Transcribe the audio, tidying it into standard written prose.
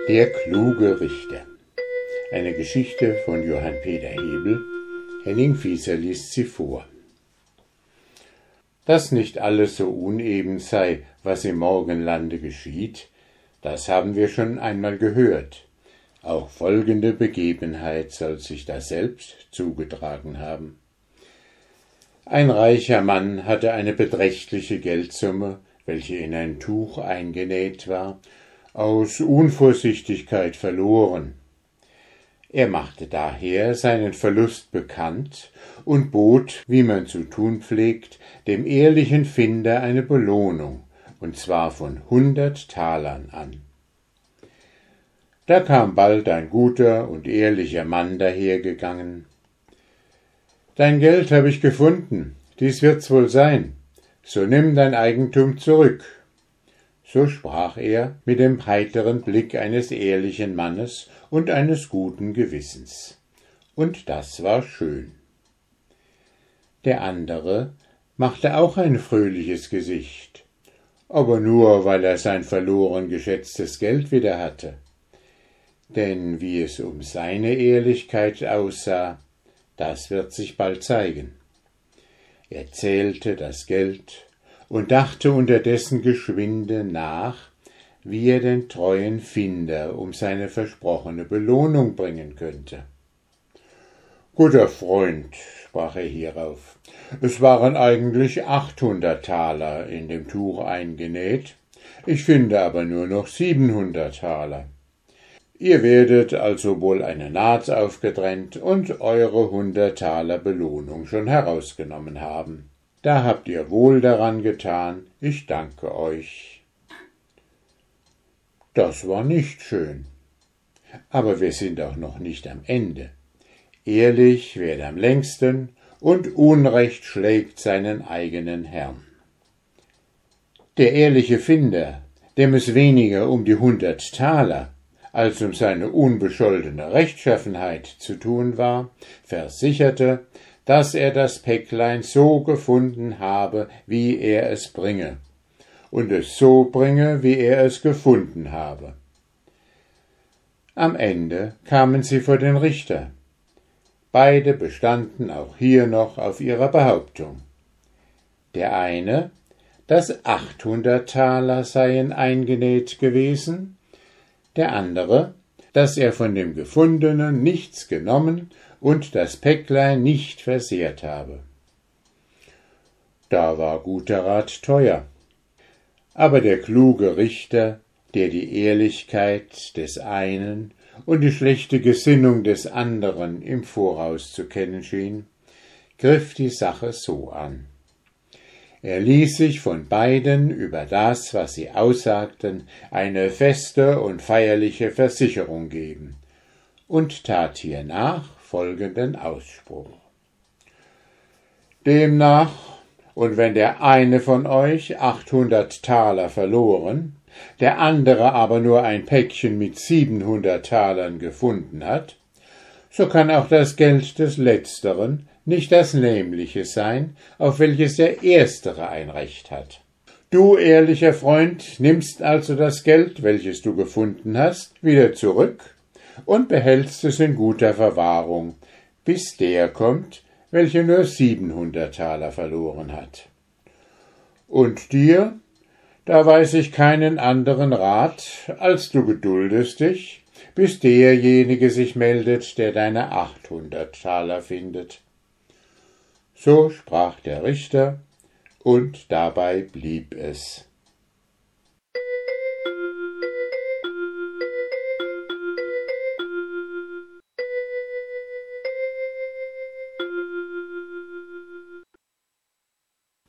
Der kluge Richter. Eine Geschichte von Johann Peter Hebel. Henning Fieser liest sie vor. Dass nicht alles so uneben sei, was im Morgenlande geschieht, das haben wir schon einmal gehört. Auch folgende Begebenheit soll sich daselbst zugetragen haben. Ein reicher Mann hatte eine beträchtliche Geldsumme, welche in ein Tuch eingenäht war, aus Unvorsichtigkeit verloren. Er machte daher seinen Verlust bekannt und bot, wie man zu tun pflegt, dem ehrlichen Finder eine Belohnung, und zwar von 100 Talern an. Da kam bald ein guter und ehrlicher Mann dahergegangen. »Dein Geld habe ich gefunden, dies wird's wohl sein, so nimm dein Eigentum zurück.« So sprach er mit dem heiteren Blick eines ehrlichen Mannes und eines guten Gewissens. Und das war schön. Der andere machte auch ein fröhliches Gesicht, aber nur, weil er sein verloren geschätztes Geld wieder hatte. Denn wie es um seine Ehrlichkeit aussah, das wird sich bald zeigen. Er zählte das Geld und dachte unterdessen geschwinde nach, wie er den treuen Finder um seine versprochene Belohnung bringen könnte. »Guter Freund«, sprach er hierauf, »es waren eigentlich 800 Taler in dem Tuch eingenäht, ich finde aber nur noch 700 Taler. Ihr werdet also wohl eine Naht aufgetrennt und eure 100 Taler Belohnung schon herausgenommen haben. Da habt ihr wohl daran getan, ich danke euch.« Das war nicht schön. Aber wir sind auch noch nicht am Ende. Ehrlich währt am längsten und Unrecht schlägt seinen eigenen Herrn. Der ehrliche Finder, dem es weniger um die 100 Taler als um seine unbescholtene Rechtschaffenheit zu tun war, versicherte, dass er das Päcklein so gefunden habe, wie er es bringe, und es so bringe, wie er es gefunden habe. Am Ende kamen sie vor den Richter. Beide bestanden auch hier noch auf ihrer Behauptung. Der eine, dass 800 Taler seien eingenäht gewesen, der andere, dass er von dem Gefundenen nichts genommen und das Päcklein nicht versehrt habe. Da war guter Rat teuer. Aber der kluge Richter, der die Ehrlichkeit des einen und die schlechte Gesinnung des anderen im Voraus zu kennen schien, griff die Sache so an. Er ließ sich von beiden über das, was sie aussagten, eine feste und feierliche Versicherung geben und tat hiernach folgenden Ausspruch. Demnach, und wenn der eine von euch 800 Taler verloren, der andere aber nur ein Päckchen mit 700 Talern gefunden hat, so kann auch das Geld des Letzteren nicht das nämliche sein, auf welches der Erstere ein Recht hat. Du, ehrlicher Freund, nimmst also das Geld, welches du gefunden hast, wieder zurück und behältst es in guter Verwahrung, bis der kommt, welcher nur 700 Taler verloren hat. Und dir, da weiß ich keinen anderen Rat, als du geduldest dich, bis derjenige sich meldet, der deine 800 Taler findet. So sprach der Richter, und dabei blieb es.